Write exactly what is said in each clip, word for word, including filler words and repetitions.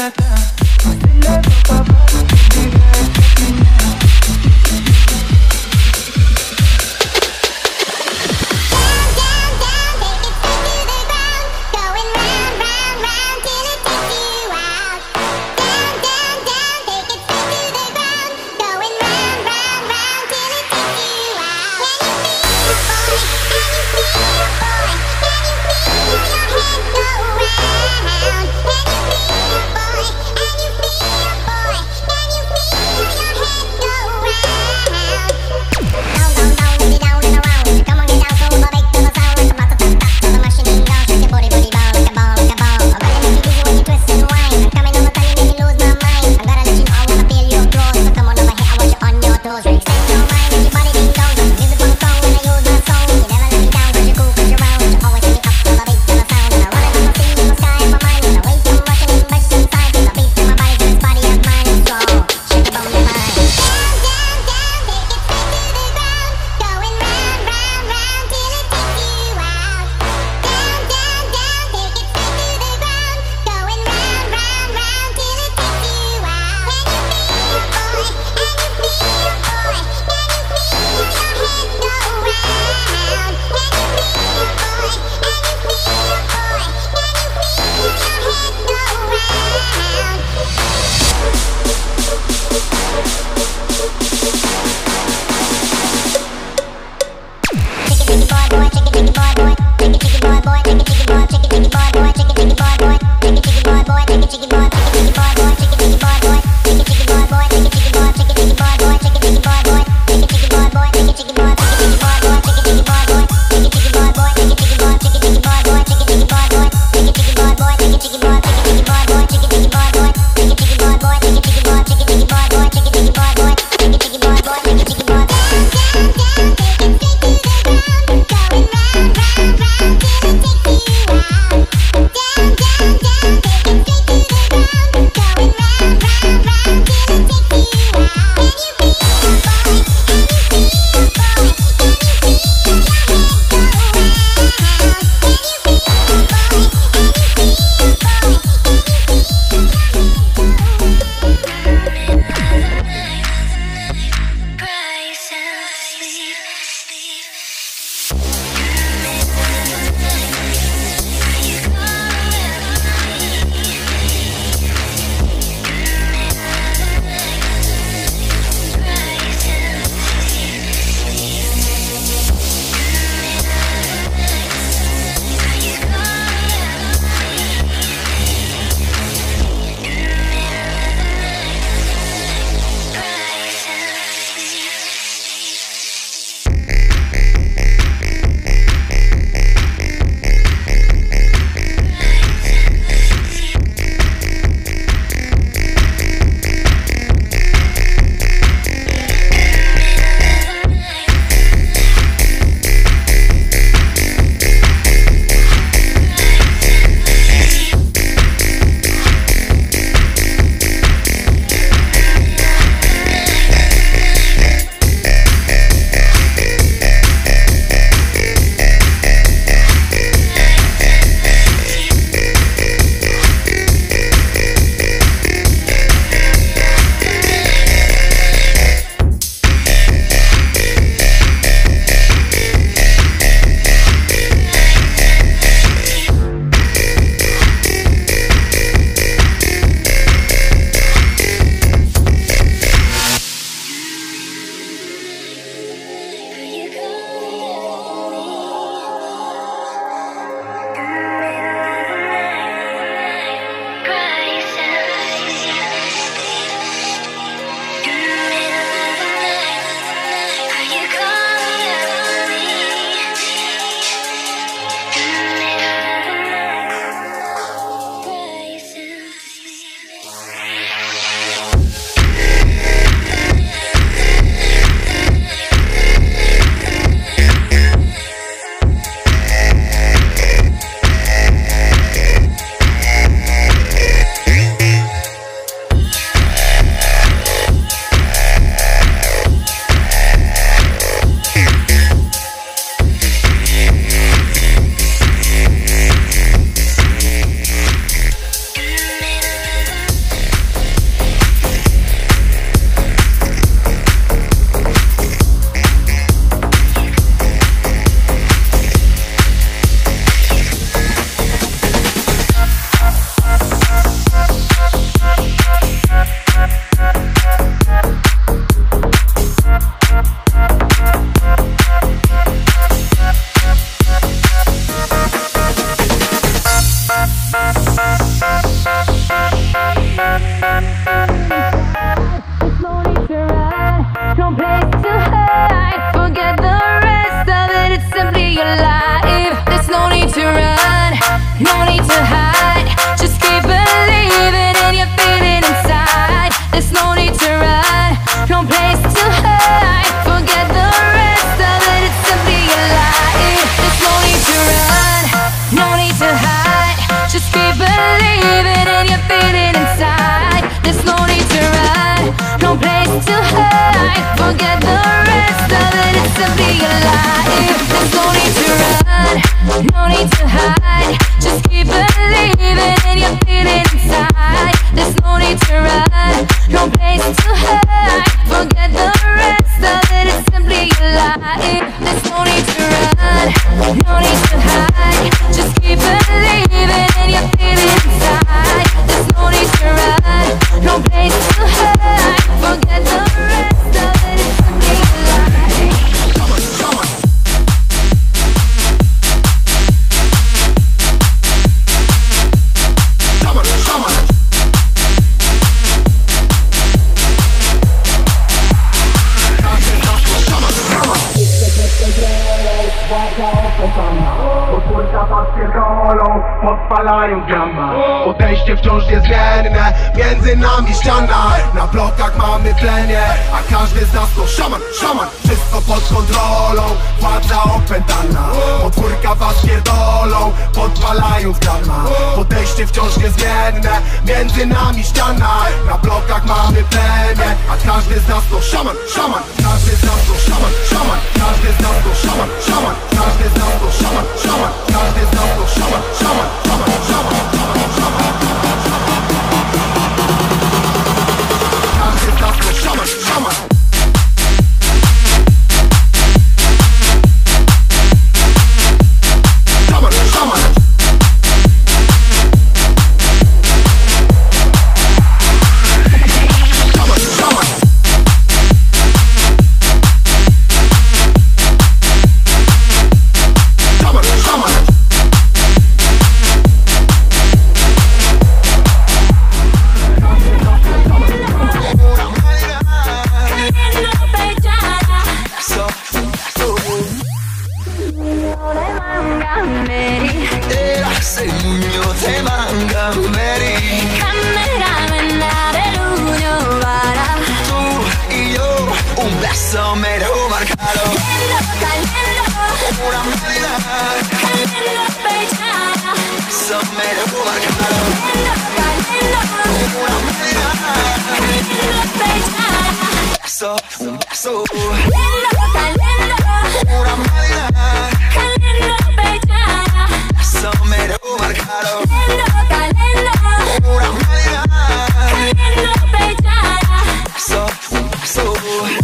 Can you feel, boy? to hide. Forget the rest of it, it's simply a lie. There's no need to run, no need to hide. Just keep believing and you feel it inside. There's no need to run, no place to hide. Forget the rest of it, it's simply a lie. There's no need to run, no need to hide. Just keep believing and you feel it inside. There's no need to run, no place to hide. Forget the rest of it, it's simply a lie. Come on, come on. Come on, come on. Podwórka podpierdolą, podpalają grama. Podejście wciąż niezmienne, między nami ściana. Na blokach mamy tlenie, a każdy z nas to szaman, szaman. Wszystko pod kontrolą, władza opętana. Podwórka was pierdolą, podpalają grama. Podejście wciąż niezmienne, między nami ściana. Na blokach mamy tlenie, a każdy z nas to szaman, szaman. Każdy z nas to szaman, szaman. Każdy z nas to szaman, szaman. Każdy z nas to szaman, szaman. Każdy z nas to szaman, szaman, szaman, szaman, szaman, szaman. Każdy z nas to szaman, szaman. Szaman, szaman. Szaman, szaman. Mero marcado, una humanidad, somero marcado, una humanidad, so un beso, una humanidad, somero marcado, una humanidad, so un beso.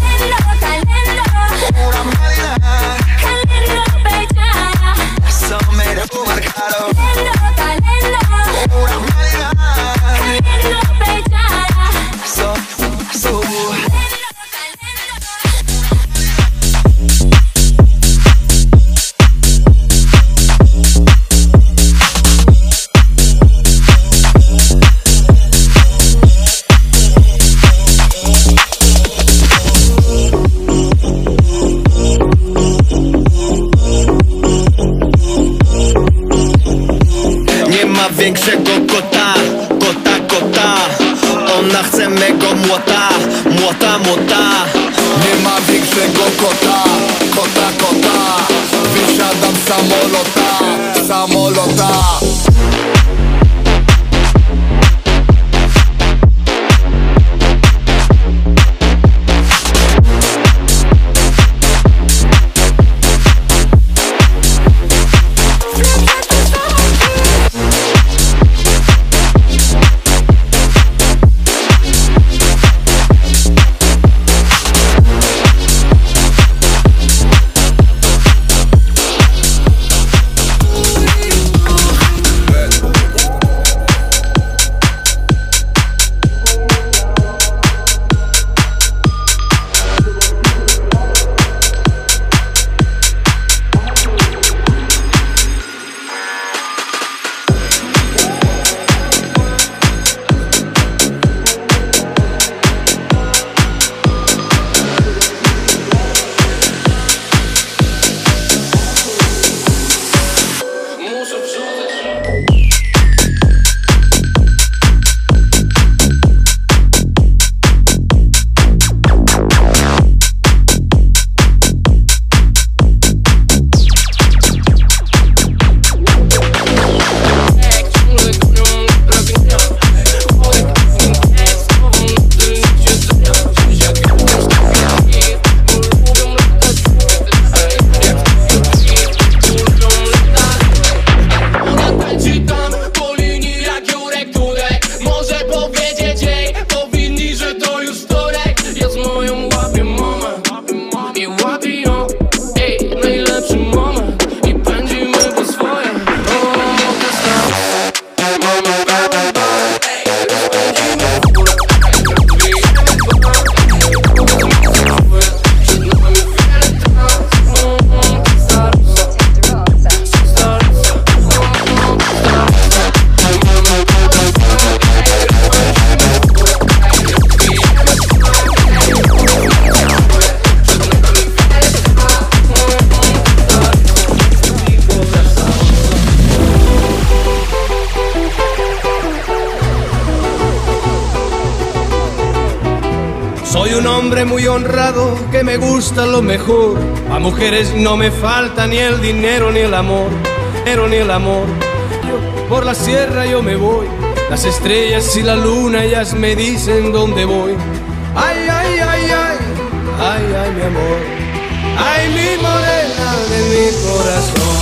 Una humanidad, somero marcado. Una humanidad, so, so. Większego kota, kota, kota. Ona chce mego młota, młota, młota. Nie ma większego kota, kota, kota. Wysiadam z samolota, samolota. hombre muy honrado que me gusta lo mejor. A mujeres no me falta ni el dinero ni el amor, pero ni el amor. Yo por la sierra yo me voy, las estrellas y la luna ellas me dicen dónde voy. Ay, ay, ay, ay, ay, ay, mi amor, ay, mi morena de mi corazón.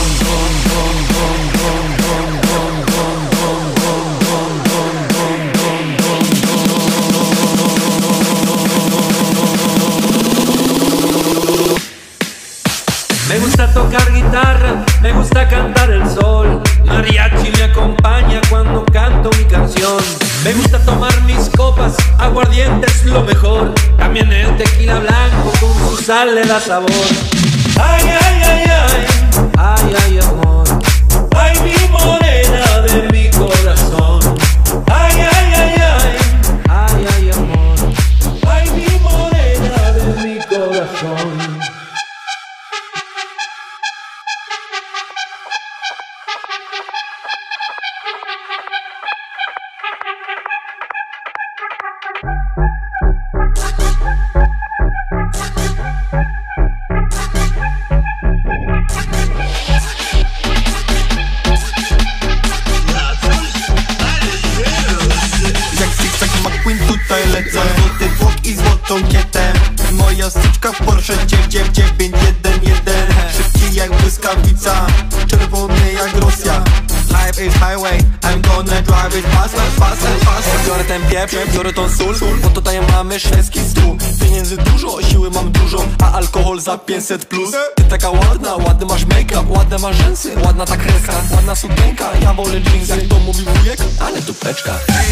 Me gusta tocar guitarra, me gusta cantar el sol. Mariachi me acompaña cuando canto mi canción. Me gusta tomar mis copas, aguardiente es lo mejor. También el tequila blanco con su sal le da sabor. Ay, ay, ay, ay, ay, ay, amor, ay, mi morena de mi corazón. Ay, ay, ay, ay, ay, ay, amor, ay, mi morena de mi corazón. Moja styczka w Porsche dziewięć dziewięć jeden jeden. Szybki jak błyskawica, czerwony jak Rosja. Life is highway, I'm gonna drive it fast, fast, fast. Biorę ten pieprz, biorę tą sól, bo tutaj mamy szwedzki stół. Pieniędzy dużo, siły mam dużo, a alkohol za pięćset plus. Ty taka ładna, ładny masz make-up, ładne masz rzęsy, ładna ta kreska, ładna sukienka. Ja wolę jeans, jak to mówi wujek, ale dupeczka.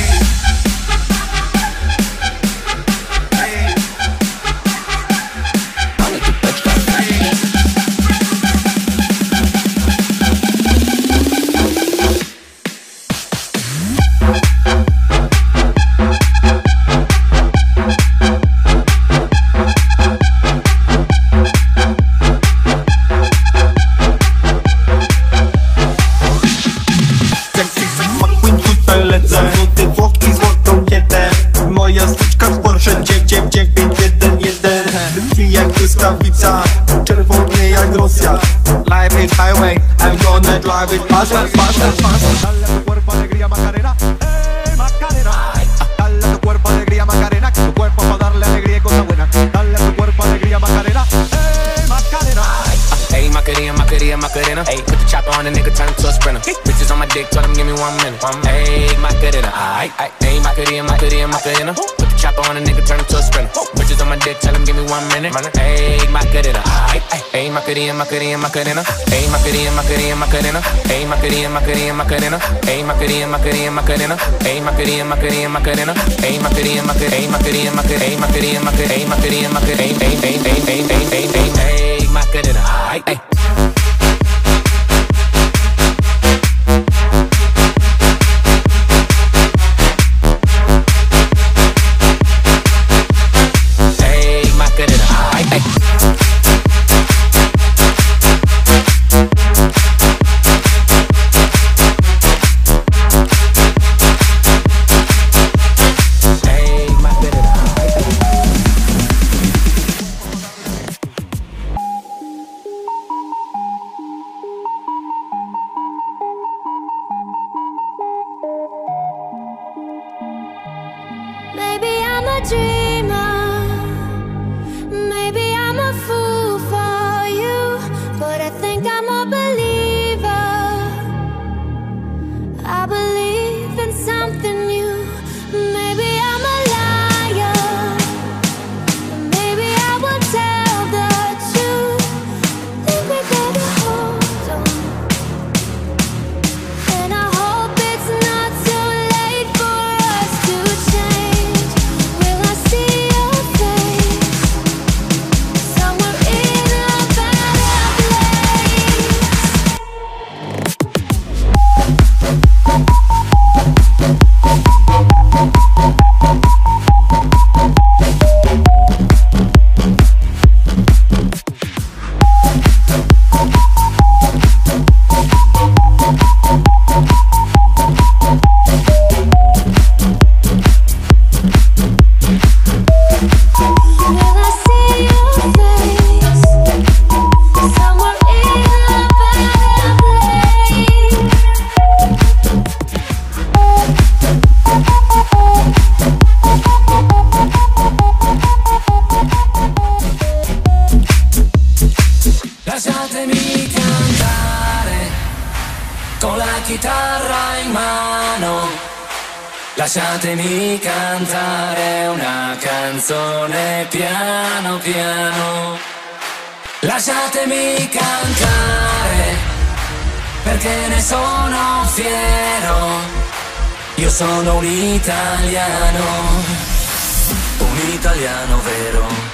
Moja styczka w Porsche dziewięć dziewięć jeden jeden. Szybki jak błyskawica, czerwony jak Rosja. Life is highway, I'm gonna drive it fast, fast, fast, fast. Dale a tu cuerpo alegría Macarena, eh Macarena. Dale a tu cuerpo alegría Macarena, que tu cuerpo pa darle alegría y cosa buena. Dale a tu cuerpo alegría Macarena, eh Macarena. Hey, Macarena, Macarena, Macarena. Hey, put the chopper on a nigga, turn him to a sprinter. Bitches on my dick, tell him give me one minute. Hey, Macarena, aight, aight. Hey, Macarena, Macarena, Macarena. Put the chopper on a nigga, turn him to a sprinter. Bitches on my dick, tell him give me one minute. Hey, Macarena, aight, aight. Hey, Macarena, Macarena, Macarena. Hey, Macarena, Macarena, Macarena. Hey, Macarena, Macarena, Macarena. Hey, Macarena, Macarena, Macarena. Hey, Macarena, Macarena, Macarena. Hey, Macarena, Macarena, hey, Macarena, Macarena. Hey, Macarena, Macarena, hey, Macarena, Macarena. Hey, hey, hey, hey, hey, hey, hey, hey, hey, Macarena, aight, aight. Will I see con la chitarra in mano, lasciatemi cantare una canzone piano piano. Lasciatemi cantare, perché ne sono fiero. Io sono un italiano, un italiano vero.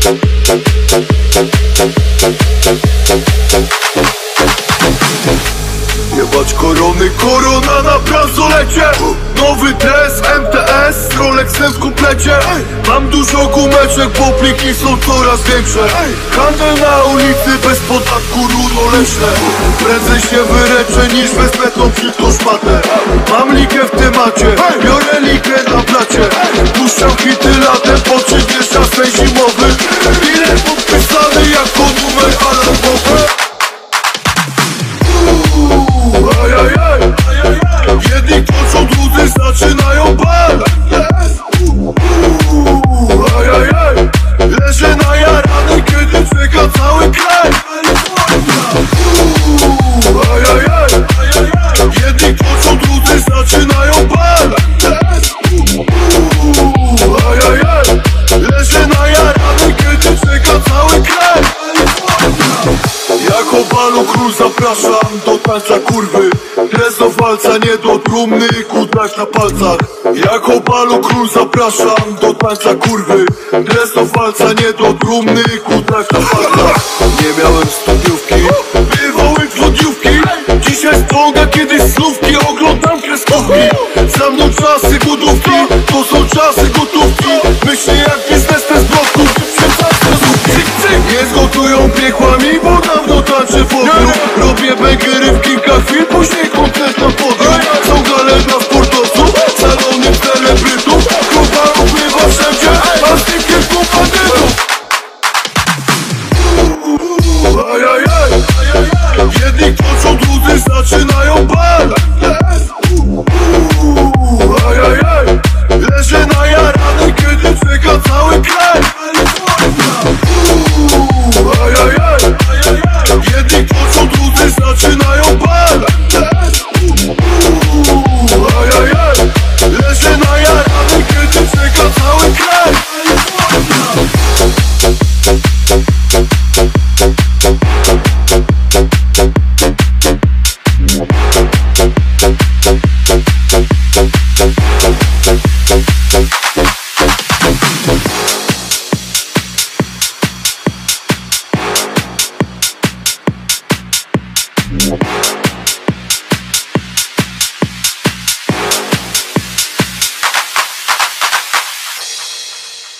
Jebać korony, korona na bransolecie. Nowy dres, M T S z Rolexem w komplecie. Mam dużo gumeczek, bo pliki są coraz większe. Handel na ulicy bez podatku, runo leśne. Prędzej się wyreczę niż wezmę tą brzydką szmatę. Mam ligę w temacie, biorę ligę na blacie. Puszczam hity latem, po czym wieszczam swej zimowy. Ile podpisany jako numer alarmowy. Ajajaj, jedni toczą, drudzy zaczynają bal. Ajajaj, leżę najarany, kiedy czeka cały kraj. Ajajaj, jedni toczą, drudzy zaczynają bal. Ajajaj, leżę najarany, kiedy czeka cały kraj. Jako balu król zapraszam do tańca kurwy. Dres do walca, nie do trumny, kudlać na palcach. Jako balu król zapraszam do tańca kurwy. Dres do walca, nie do trumny, kudlać na palcach. Nie miałem studiówki, bywały wlodniówki. Dzisiaj ściąga kiedyś słówki, oglądam kreskówki. Za mną czasy głodówki, to są czasy gotówki. Myślę jak biznes bez bloków, nie zgotują piekłami, bo dawno tańczę w ogóle. Robię bęgery w kilka chwil, później koncert na podium. Są gale dla sportowców, salony celebrytów. Grupa upływa wszędzie, a z nikiem kompanierów. Ajajaj, jedni toczą, drudzy zaczynają bal.